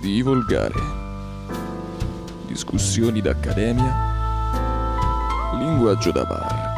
di Volgare. Discussioni d'accademia, linguaggio da bar.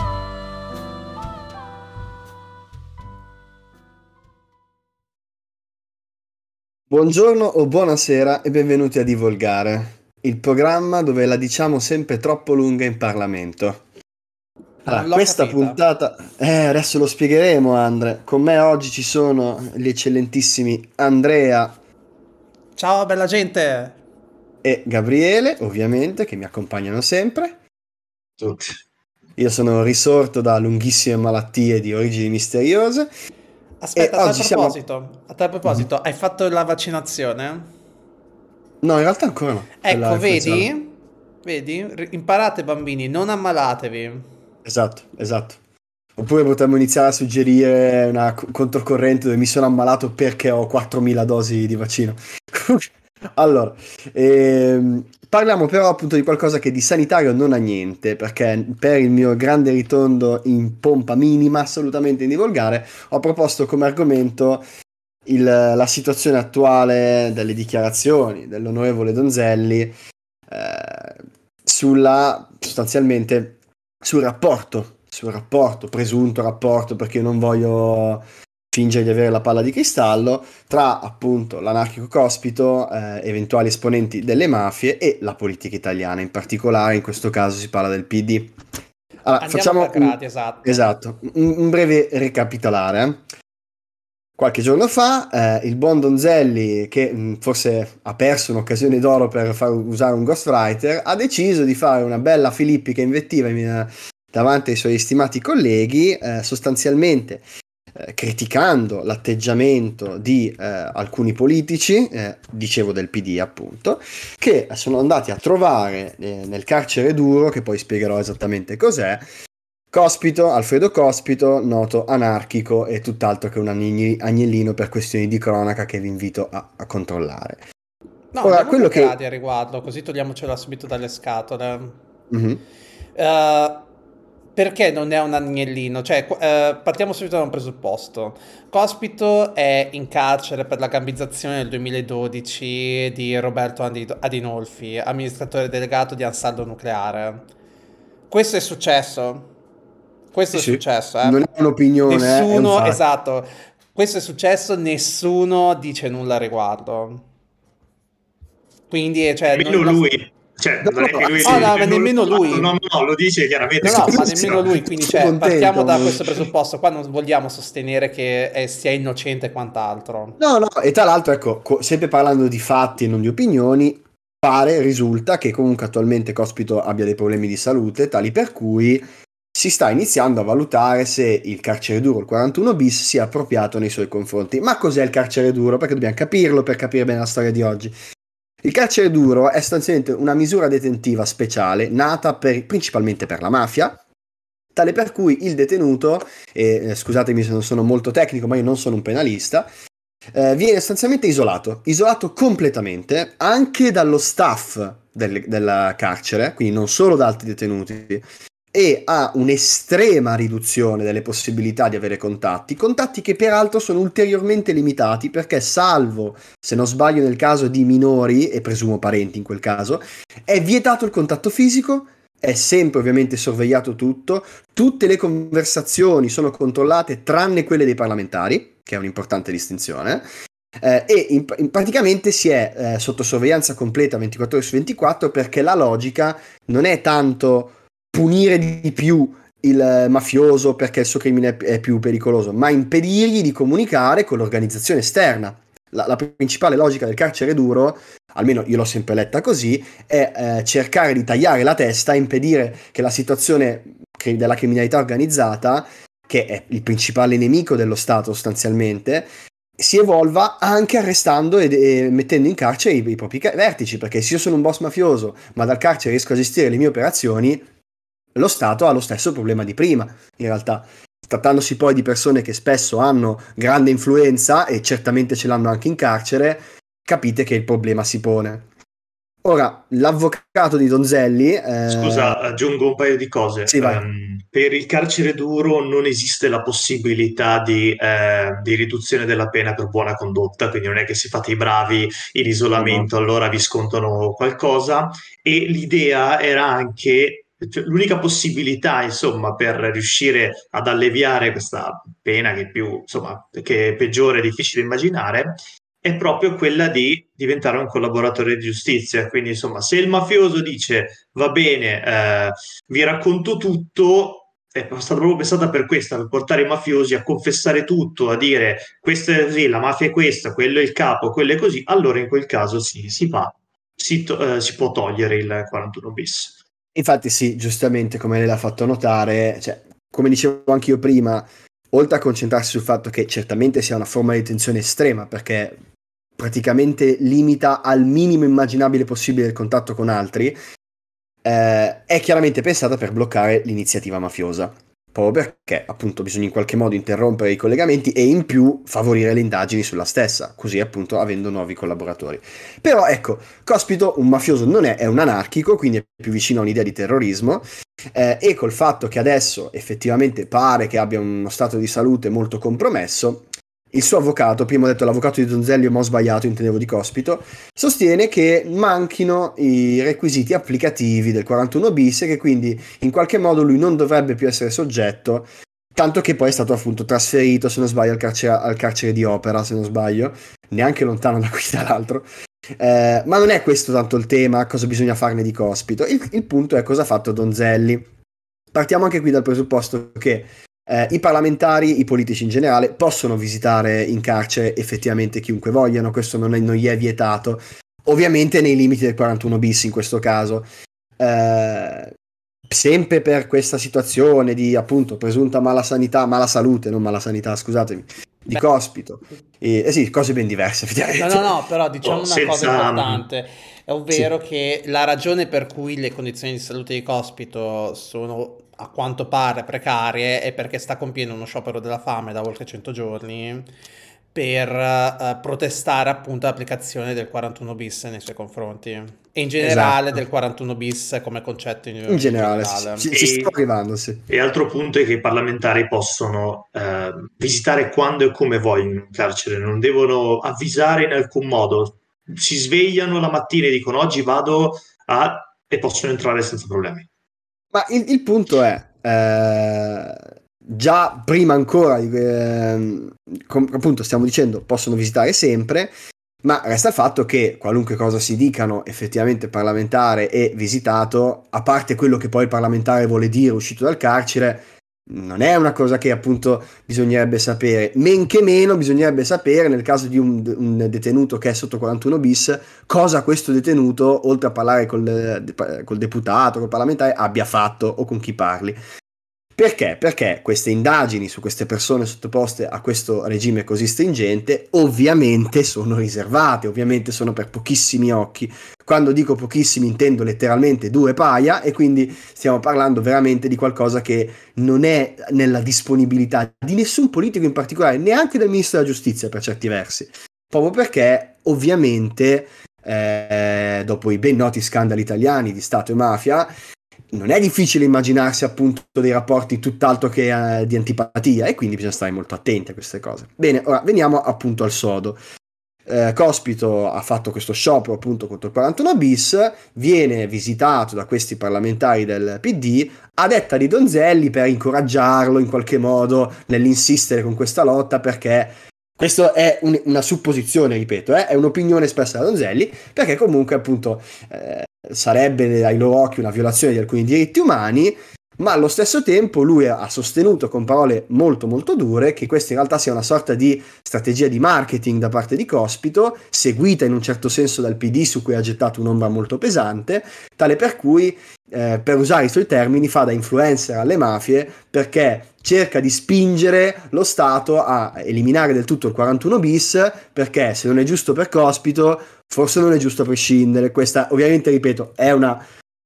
Buongiorno o buonasera e benvenuti a Divolgare, il programma dove la diciamo sempre troppo lunga in Parlamento. Allora, Non l'ho questa capita. puntata, adesso lo spiegheremo, Andre. Con me oggi ci sono gli eccellentissimi Andrea Ciao bella gente! e Gabriele, ovviamente, che mi accompagnano sempre. Tutti. Io sono risorto da lunghissime malattie di origini misteriose e Aspetta, oggi siamo... a tal proposito, hai fatto la vaccinazione? No, in realtà ancora no. Quella Ecco, influenzale. vedi? Vedi? Imparate bambini, non ammalatevi. Esatto. Oppure potremmo iniziare a suggerire una controcorrente dove mi sono ammalato perché ho 4.000 dosi di vaccino. Allora, parliamo però appunto di qualcosa che di sanitario non ha niente, perché per il mio grande ritorno in pompa minima, assolutamente indivolgare, ho proposto come argomento la situazione attuale delle dichiarazioni dell'onorevole Donzelli sostanzialmente sul rapporto, presunto rapporto, perché io non voglio fingere di avere la palla di cristallo, tra appunto l'anarchico Cospito, eventuali esponenti delle mafie e la politica italiana, in particolare in questo caso si parla del PD. Allora, Andiamo facciamo per gradi, esatto. esatto, un breve ricapitolare. Qualche giorno fa il buon Donzelli, che forse ha perso un'occasione d'oro per far usare un ghostwriter, ha deciso di fare una bella filippica invettiva davanti ai suoi stimati colleghi, sostanzialmente criticando l'atteggiamento di alcuni politici, dicevo del PD appunto, che sono andati a trovare nel carcere duro, che poi spiegherò esattamente cos'è, Alfredo Cospito, noto anarchico e tutt'altro che un agnellino per questioni di cronaca che vi invito a controllare. No, Ora, andiamo quello per che... gradi a riguardo, così togliamocela subito dalle scatole. Mhm. Eh, perché non è un agnellino? Cioè, partiamo subito da un presupposto. Cospito è in carcere per la gambizzazione nel 2012 di Roberto Adinolfi, amministratore delegato di Ansaldo Nucleare. Questo è successo. Questo Sì, è sì, successo, non è un'opinione, è un Nessuno, fatto. esatto. Questo è successo, nessuno dice nulla a riguardo. Quindi, cioè, Nemmeno lui, cioè No, non è che lui oh, no, dice ma non nemmeno l'ho fatto, lui. no, lo dice chiaramente No, che no, ma succederà. nemmeno lui. Quindi, Sono cioè, partiamo contento. da questo presupposto. Qua non vogliamo sostenere che sia innocente e quant'altro. No, e tra l'altro, ecco, sempre parlando di fatti e non di opinioni, risulta che comunque attualmente Cospito abbia dei problemi di salute, tali per cui si sta iniziando a valutare se il carcere duro, il 41 bis, sia appropriato nei suoi confronti. Ma cos'è il carcere duro? Perché dobbiamo capirlo per capire bene la storia di oggi. Il carcere duro è sostanzialmente una misura detentiva speciale nata principalmente per la mafia, tale per cui il detenuto, scusatemi se non sono molto tecnico, ma io non sono un penalista, viene sostanzialmente isolato completamente anche dallo staff della carcere, quindi non solo da altri detenuti, e ha un'estrema riduzione delle possibilità di avere contatti che peraltro sono ulteriormente limitati perché, salvo, se non sbaglio nel caso di minori, e presumo parenti in quel caso, è vietato il contatto fisico, è sempre ovviamente sorvegliato tutto, tutte le conversazioni sono controllate tranne quelle dei parlamentari, che è un'importante distinzione, praticamente si è sotto sorveglianza completa 24 ore su 24 perché la logica non è tanto punire di più il mafioso perché il suo crimine è più pericoloso, ma impedirgli di comunicare con l'organizzazione esterna. La principale logica del carcere duro, almeno io l'ho sempre letta così, è cercare di tagliare la testa, impedire che la situazione della criminalità organizzata, che è il principale nemico dello Stato sostanzialmente, si evolva anche arrestando e mettendo in carcere i propri vertici, perché se io sono un boss mafioso ma dal carcere riesco a gestire le mie operazioni, lo Stato ha lo stesso problema di prima, in realtà. Trattandosi poi di persone che spesso hanno grande influenza e certamente ce l'hanno anche in carcere, capite che il problema si pone. Ora, l'avvocato di Donzelli... Scusa, aggiungo un paio di cose. Sì, vai. Per il carcere duro non esiste la possibilità di riduzione della pena per buona condotta, quindi non è che se fate i bravi in isolamento allora vi scontano qualcosa. E l'idea era anche, cioè, l'unica possibilità, insomma, per riuscire ad alleviare questa pena che è più, insomma, che è peggiore, difficile immaginare, è proprio quella di diventare un collaboratore di giustizia. Quindi, insomma, se il mafioso dice va bene, vi racconto tutto, è stata proprio pensata per questo, per portare i mafiosi a confessare tutto, a dire questa è così, la mafia è questa, quello è il capo, quello è così, allora in quel caso si può togliere il 41 bis. Infatti sì, giustamente come lei l'ha fatto notare, cioè, come dicevo anche io prima, oltre a concentrarsi sul fatto che certamente sia una forma di detenzione estrema, perché praticamente limita al minimo immaginabile possibile il contatto con altri, è chiaramente pensata per bloccare l'iniziativa mafiosa, proprio perché appunto bisogna in qualche modo interrompere i collegamenti e in più favorire le indagini sulla stessa, così appunto avendo nuovi collaboratori. Però ecco, Cospito un mafioso non è un anarchico, quindi è più vicino a un'idea di terrorismo, e col fatto che adesso effettivamente pare che abbia uno stato di salute molto compromesso, il suo avvocato, prima ho detto l'avvocato di Donzelli, ma ho sbagliato, intendevo di Cospito, sostiene che manchino i requisiti applicativi del 41 bis e che quindi in qualche modo lui non dovrebbe più essere soggetto, tanto che poi è stato appunto trasferito, se non sbaglio, al carcere di Opera, se non sbaglio, neanche lontano da qui tra l'altro. Ma non è questo tanto il tema, cosa bisogna farne di Cospito. Il punto è cosa ha fatto Donzelli. Partiamo anche qui dal presupposto che i parlamentari, i politici in generale, possono visitare in carcere effettivamente chiunque vogliano, questo non gli è vietato, ovviamente nei limiti del 41 bis in questo caso. Sempre per questa situazione di appunto presunta mala sanità, scusatemi, di Cospito. Sì, cose ben diverse effettivamente. No, però diciamo una cosa importante, ovvero sì, che la ragione per cui le condizioni di salute di Cospito sono a quanto pare precarie è perché sta compiendo uno sciopero della fame da oltre 100 giorni per protestare appunto l'applicazione del 41 bis nei suoi confronti e in generale esatto. del 41 bis come concetto in generale generale. ci sta arrivando, sì. E altro punto è che i parlamentari possono visitare quando e come vogliono in carcere, non devono avvisare in alcun modo. Si svegliano la mattina e dicono oggi vado e possono entrare senza problemi. Ma il punto è, già prima ancora, appunto stiamo dicendo, possono visitare sempre, ma resta il fatto che qualunque cosa si dicano effettivamente parlamentare e visitato, a parte quello che poi il parlamentare vuole dire uscito dal carcere, non è una cosa che appunto bisognerebbe sapere, men che meno bisognerebbe sapere nel caso di un detenuto che è sotto 41 bis cosa questo detenuto, oltre a parlare col deputato, col parlamentare, abbia fatto o con chi parli. Perché? Perché queste indagini su queste persone sottoposte a questo regime così stringente ovviamente sono riservate, ovviamente sono per pochissimi occhi. Quando dico pochissimi intendo letteralmente 2 paia e quindi stiamo parlando veramente di qualcosa che non è nella disponibilità di nessun politico in particolare, neanche del ministro della giustizia per certi versi. Proprio perché ovviamente dopo i ben noti scandali italiani di Stato e mafia non è difficile immaginarsi appunto dei rapporti tutt'altro che di antipatia e quindi bisogna stare molto attenti a queste cose. Bene, ora veniamo appunto al sodo. Cospito ha fatto questo sciopero appunto contro il 41 bis, viene visitato da questi parlamentari del PD a detta di Donzelli per incoraggiarlo in qualche modo nell'insistere con questa lotta, perché questo è una supposizione, ripeto, è un'opinione espressa da Donzelli, perché comunque appunto sarebbe ai loro occhi una violazione di alcuni diritti umani, ma allo stesso tempo lui ha sostenuto con parole molto molto dure che questa in realtà sia una sorta di strategia di marketing da parte di Cospito, seguita in un certo senso dal PD, su cui ha gettato un'ombra molto pesante, tale per cui per usare i suoi termini fa da influencer alle mafie, perché cerca di spingere lo Stato a eliminare del tutto il 41 bis, perché se non è giusto per Cospito forse non è giusto a prescindere. Questa ovviamente, ripeto, è una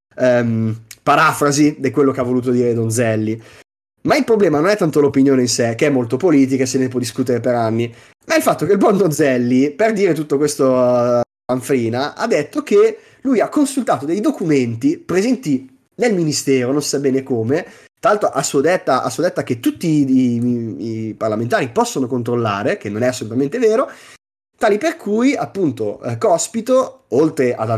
parafrasi di quello che ha voluto dire Donzelli, ma il problema non è tanto l'opinione in sé, che è molto politica e se ne può discutere per anni, ma il fatto che il buon Donzelli, per dire tutto questo manfrina, ha detto che lui ha consultato dei documenti presenti nel ministero, non si sa bene come, tra l'altro a sua detta che tutti i parlamentari possono controllare, che non è assolutamente vero, tali per cui appunto Cospito, oltre ad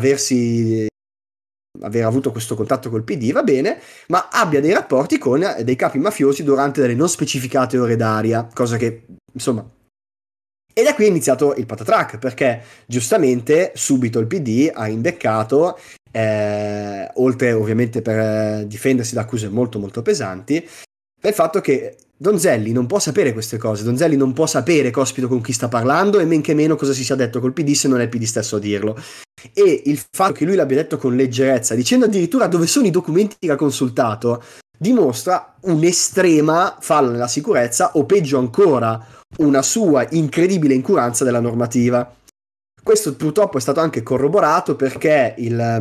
aver avuto questo contatto col PD, va bene, ma abbia dei rapporti con dei capi mafiosi durante delle non specificate ore d'aria, cosa che, insomma... E da qui è iniziato il patatrack, perché giustamente subito il PD ha imbeccato, oltre ovviamente per difendersi da accuse molto molto pesanti, per il fatto che Donzelli non può sapere queste cose, Donzelli non può sapere Cospito con chi sta parlando e men che meno cosa si sia detto col PD se non è il PD stesso a dirlo. E il fatto che lui l'abbia detto con leggerezza, dicendo addirittura dove sono i documenti che ha consultato, dimostra un'estrema falla nella sicurezza o peggio ancora una sua incredibile incuranza della normativa. Questo purtroppo è stato anche corroborato perché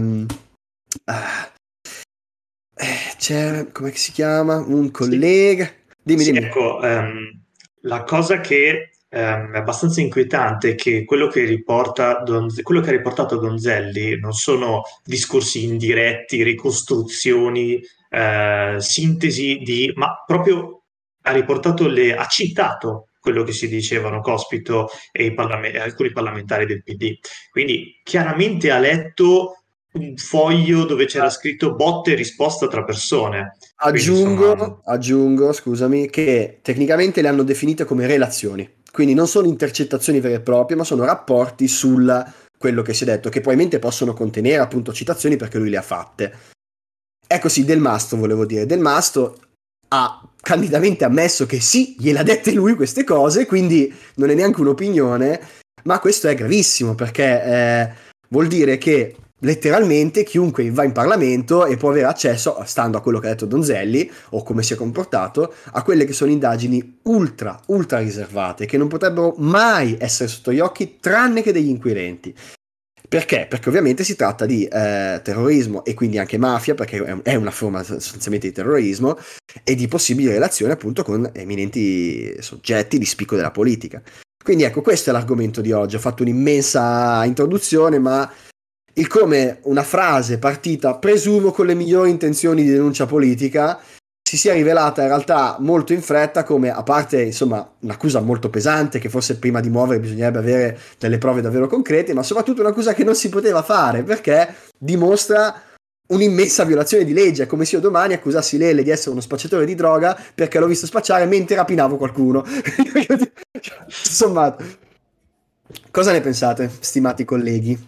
c'è, come si chiama? Un collega... Dimmi. Ecco, la cosa che è abbastanza inquietante è che quello che quello che ha riportato Donzelli non sono discorsi indiretti, ricostruzioni, sintesi ma proprio ha citato quello che si dicevano Cospito e alcuni parlamentari del PD. Quindi chiaramente ha letto un foglio dove c'era scritto botte e risposta tra persone. Quindi, insomma, Aggiungo, scusami, che tecnicamente le hanno definite come relazioni, quindi non sono intercettazioni vere e proprie, ma sono rapporti sul quello che si è detto, che probabilmente possono contenere appunto citazioni perché lui le ha fatte. Ecco sì, Del Mastro volevo dire, Del Mastro ha candidamente ammesso che sì, gliel'ha dette lui queste cose, quindi non è neanche un'opinione, ma questo è gravissimo perché vuol dire che letteralmente chiunque va in Parlamento e può avere accesso, stando a quello che ha detto Donzelli o come si è comportato, a quelle che sono indagini ultra riservate che non potrebbero mai essere sotto gli occhi tranne che degli inquirenti. Perché? Perché ovviamente si tratta di terrorismo e quindi anche mafia, perché è una forma sostanzialmente di terrorismo e di possibili relazioni appunto con eminenti soggetti di spicco della politica. Quindi ecco, questo è l'argomento di oggi. Ho fatto un'immensa introduzione, ma il come una frase partita, presumo con le migliori intenzioni di denuncia politica, si sia rivelata in realtà molto in fretta come, a parte insomma un'accusa molto pesante che forse prima di muovere bisognerebbe avere delle prove davvero concrete, ma soprattutto un'accusa che non si poteva fare perché dimostra un'immensa violazione di legge. È come se io domani accusassi Lele di essere uno spacciatore di droga perché l'ho visto spacciare mentre rapinavo qualcuno. Insomma, cosa ne pensate, stimati colleghi?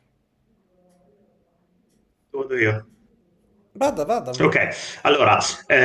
vado io. Vada. Ok, allora,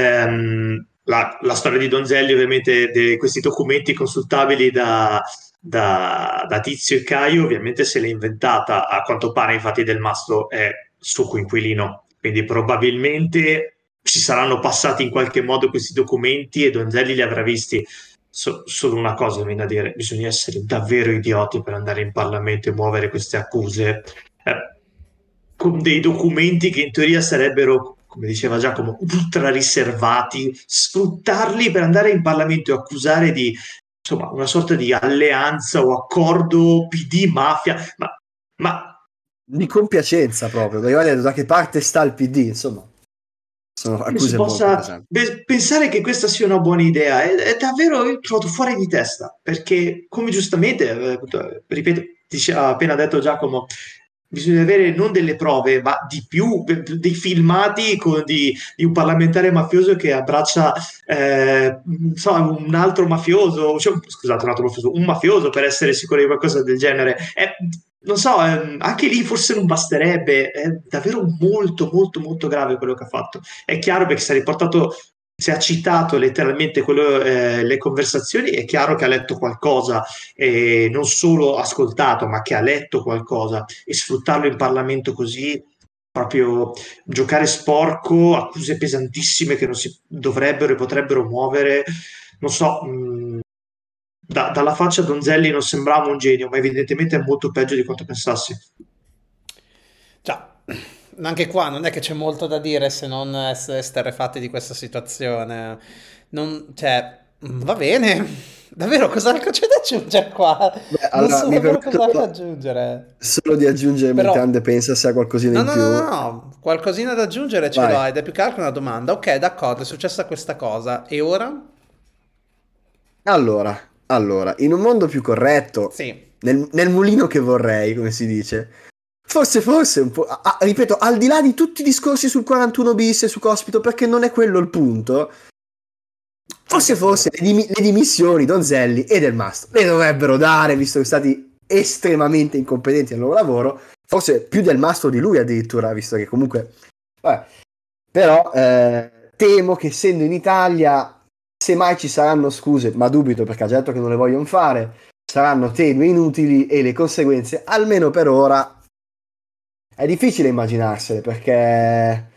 la storia di Donzelli, ovviamente, questi documenti consultabili da Tizio e Caio, ovviamente se l'è inventata, a quanto pare, infatti Del Mastro è suo coinquilino, quindi probabilmente ci saranno passati in qualche modo questi documenti e Donzelli li avrà visti. Solo una cosa mi viene da dire, bisogna essere davvero idioti per andare in Parlamento e muovere queste accuse con dei documenti che in teoria sarebbero, come diceva Giacomo, ultra riservati, sfruttarli per andare in Parlamento e accusare di, insomma, una sorta di alleanza o accordo PD-mafia, ma Di compiacenza proprio, perché guarda da che parte sta il PD, insomma, sono come si accuse molto possa pesanti. pensare che questa sia una buona idea è davvero io l'ho trovato fuori di testa perché come giustamente ripeto ha appena detto Giacomo bisogna avere non delle prove ma di più dei filmati di un parlamentare mafioso che abbraccia non so, un altro mafioso cioè, scusate un altro mafioso un mafioso per essere sicuro di qualcosa del genere non so, anche lì forse non basterebbe, è davvero molto, molto, molto grave quello che ha fatto. È chiaro perché si è riportato, si è citato letteralmente le conversazioni, è chiaro che ha letto qualcosa, e non solo ascoltato, ma che ha letto qualcosa e sfruttarlo in Parlamento così, proprio giocare sporco, accuse pesantissime che non si dovrebbero e potrebbero muovere, non so. Dalla faccia Donzelli non sembrava un genio, ma evidentemente è molto peggio di quanto pensassi. Già, anche qua non è che c'è molto da dire se non essere esterrefatti di questa situazione. Non, cioè, Va bene. Davvero, cos'altro c'è da aggiungere qua? Beh, Non allora, so mi davvero permetto cos'altro da aggiungere. solo di aggiungere Però, mentre pensa se ha qualcosina no, in no, no, più. no, no, qualcosina da aggiungere ce l'ho Vai. ed è più che altro una domanda. Ok, d'accordo, è successa questa cosa. E ora? Allora, in un mondo più corretto, Sì. nel mulino che vorrei, come si dice, forse un po', ripeto, al di là di tutti i discorsi sul 41 bis e su Cospito, perché non è quello il punto, Anche forse tu. le dimissioni Donzelli e Del Mastro le dovrebbero dare, visto che sono stati estremamente incompetenti nel loro lavoro, forse più Del Mastro di lui addirittura, visto che comunque... Vabbè. Però temo che essendo in Italia, semmai ci saranno scuse, ma dubito perché ha già detto che non le vogliono fare, saranno tenue e inutili e le conseguenze, almeno per ora, è difficile immaginarsele perché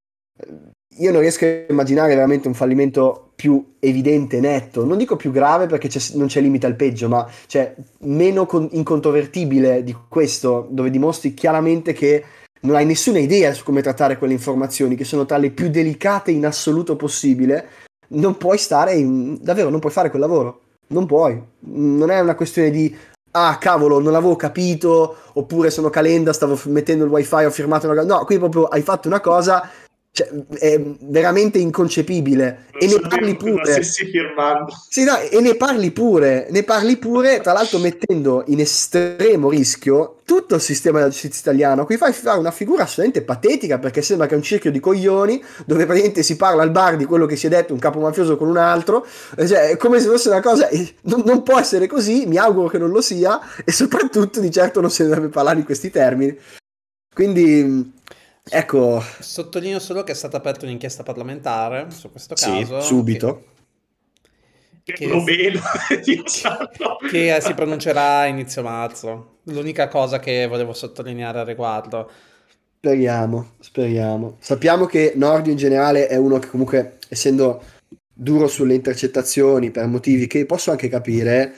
io non riesco a immaginare veramente un fallimento più evidente, netto. Non dico più grave perché non c'è limite al peggio, ma cioè, meno incontrovertibile di questo, dove dimostri chiaramente che non hai nessuna idea su come trattare quelle informazioni, che sono tra le più delicate in assoluto possibile. Non puoi davvero, non puoi fare quel lavoro. Non puoi. Non è una questione di ah cavolo non l'avevo capito oppure sono calenda stavo mettendo il wifi ho firmato una cosa no qui proprio hai fatto una cosa cioè, è veramente inconcepibile Non e ne parli sapevo cosa pure. stessi firmando. Sì, no, e ne parli pure, tra l'altro mettendo in estremo rischio tutto il sistema della giustizia italiano. Qui fai fare una figura assolutamente patetica perché sembra che è un cerchio di coglioni dove praticamente si parla al bar di quello che si è detto un capo mafioso con un altro, cioè è come se fosse una cosa, non può essere così, mi auguro che non lo sia e soprattutto di certo non si dovrebbe parlare in questi termini. Quindi, ecco, Sottolineo solo che è stata aperta un'inchiesta parlamentare su questo sì, caso subito. che, Perlomeno, Dio santo. che si pronuncerà a inizio marzo. L'unica cosa che volevo sottolineare al riguardo. Speriamo. Sappiamo che Nordio in generale è uno che comunque, essendo duro sulle intercettazioni per motivi che posso anche capire,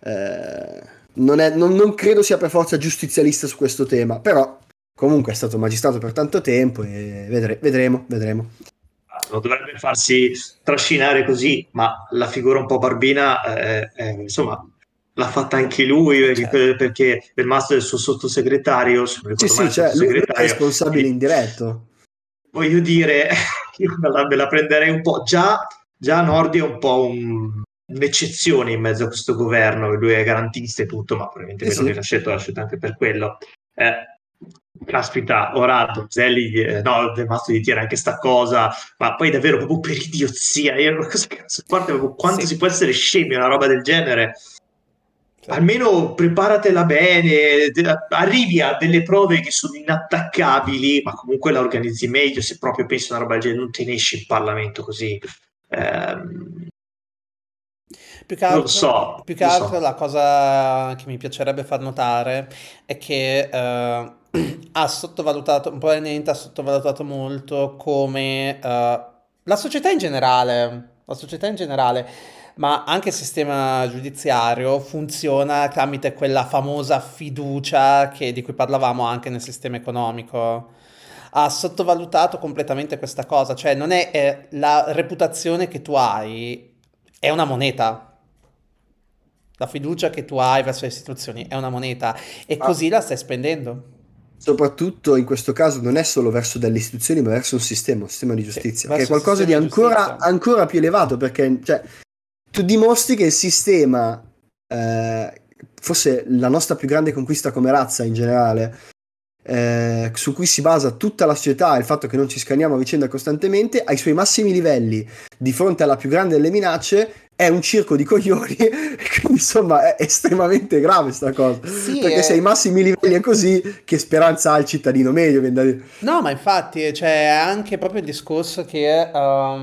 non credo sia per forza giustizialista su questo tema, però comunque è stato magistrato per tanto tempo e vedremo. Non dovrebbe farsi trascinare così, ma la figura un po' barbina, insomma, l'ha fatta anche lui, Certo. perché Del Mastro è il suo sottosegretario, se non Sì, ricordo male, sì, il cioè lui è sottosegretario, responsabile e indiretto. voglio dire, io me la prenderei un po'. Già Nordi è un po' un'eccezione in mezzo a questo governo, lui è garantista e tutto, ma probabilmente Sì, Meloni sì. l'ha scelto anche per quello. Caspita, ora Donzelli, no, De Mastro gli tira anche sta cosa, ma poi davvero proprio per idiozia, io non so cazzo, guarda proprio quanto Sì. si può essere scemi una roba del genere. Sì. Almeno preparatela bene, arrivi a delle prove che sono inattaccabili, ma comunque la organizzi meglio. Se proprio pensi a una roba del genere, non te ne esci in Parlamento così. Ehm, non lo Più so, che non lo altro so. la cosa che mi piacerebbe far notare è che ha sottovalutato, probabilmente ha sottovalutato molto come la società in generale, ma anche il sistema giudiziario funziona tramite quella famosa fiducia di cui parlavamo anche nel sistema economico. Ha sottovalutato completamente questa cosa, cioè non è la reputazione che tu hai, è una moneta. La fiducia che tu hai verso le istituzioni è una moneta e Ma così la stai spendendo. soprattutto in questo caso non è solo verso delle istituzioni, ma verso un sistema di Sì, giustizia, che è verso il qualcosa di sistema di giustizia. ancora più elevato, perché cioè, tu dimostri che il sistema, forse la nostra più grande conquista come razza in generale, su cui si basa tutta la società, il fatto che non ci scanniamo a vicenda costantemente, ai suoi massimi livelli, di fronte alla più grande delle minacce, è un circo di coglioni, e quindi insomma è estremamente grave sta cosa, Sì, perché se ai massimi livelli è così, che speranza ha il cittadino medio? Viene da dire. no, ma infatti c'è anche proprio il discorso che,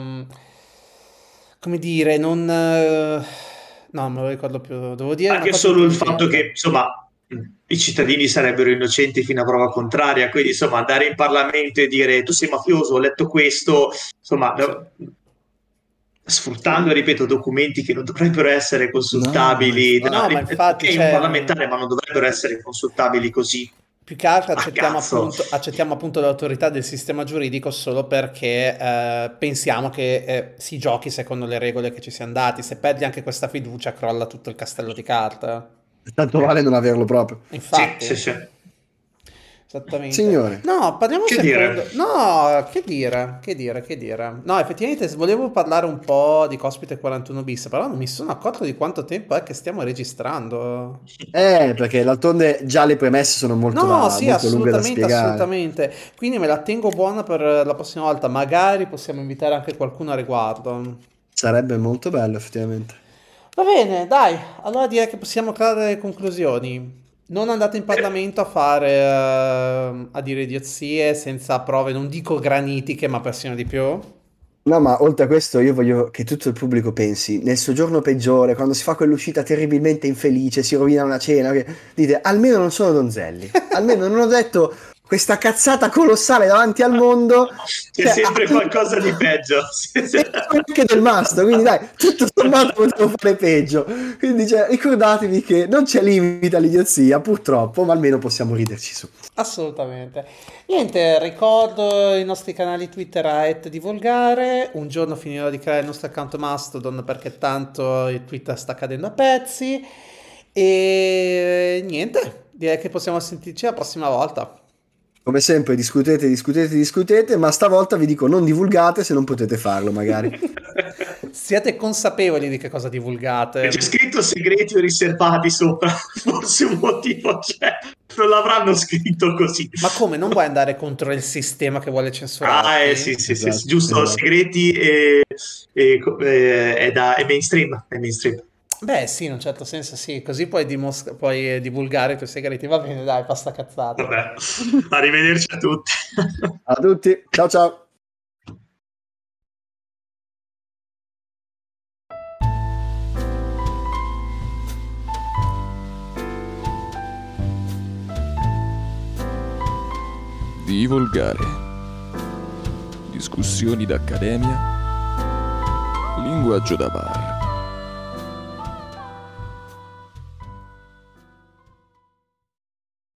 come dire, non... no, non me lo ricordo più. Devo dire una Anche cosa solo il fatto che, intelligente. insomma, i cittadini sarebbero innocenti fino a prova contraria, quindi, insomma, andare in Parlamento e dire tu sei mafioso, ho letto questo, insomma, Sì. sfruttando, ripeto, documenti che non dovrebbero essere No, ma consultabili. infatti. No, ma infatti Ok, un c'è... parlamentare, ma non dovrebbero essere consultabili così. Più che altro Ah, cazzo. accettiamo appunto l'autorità del sistema giuridico solo perché pensiamo che si giochi secondo le regole che ci siamo dati. Se perdi anche questa fiducia, crolla tutto il castello di carte. Tanto vale non averlo proprio. Sì, Infatti, sì, sì. esattamente. Signore, No, parliamo un Che dire? secondo. No, che dire. No, effettivamente volevo parlare un po' di Cospite 41 bis, però non mi sono accorto di quanto tempo è che stiamo registrando. perché d'altronde già le premesse sono No, sì, molto lunghe da assolutamente, spiegare. assolutamente. Quindi me la tengo buona per la prossima volta. Magari possiamo invitare anche qualcuno a riguardo. Sarebbe molto bello, effettivamente. Va bene, dai. Allora direi che possiamo trarre le conclusioni. Non andate in Parlamento a fare, a dire idiozie senza prove, non dico granitiche, ma persino di più. No, ma oltre a questo io voglio che tutto il pubblico pensi, nel suo giorno peggiore, quando si fa quell'uscita terribilmente infelice, si rovina una cena, che dite, almeno non sono donzelli, almeno non ho detto questa cazzata colossale davanti al mondo, C'è cioè, sempre qualcosa di peggio. e anche del mastro, quindi dai, tutto sommato potevo fare peggio, quindi cioè, ricordatevi che non c'è limite all'idiozia, purtroppo, ma almeno possiamo riderci su. Assolutamente. Niente, ricordo i nostri canali Twitter a @divolgare. Un giorno finirò di creare il nostro account Mastodon perché tanto il Twitter sta cadendo a pezzi. E niente, direi che possiamo sentirci la prossima volta. Come sempre discutete, discutete, discutete, ma stavolta vi dico non divulgate se non potete farlo magari. Siate consapevoli di che cosa divulgate. C'è scritto segreti o riservati sopra, forse un motivo c'è, non l'avranno scritto così. Ma come, non vuoi andare contro il sistema che vuole Ah, sì, censurarti? sì, sì, Esatto, sì, giusto, esatto. segreti è mainstream, è mainstream. Beh, sì, in un certo senso sì, così puoi divulgare i tuoi segreti. Va bene, dai, basta cazzate. Vabbè, arrivederci a tutti. A tutti, ciao ciao! Divulgare. Discussioni d'accademia. Linguaggio da bar.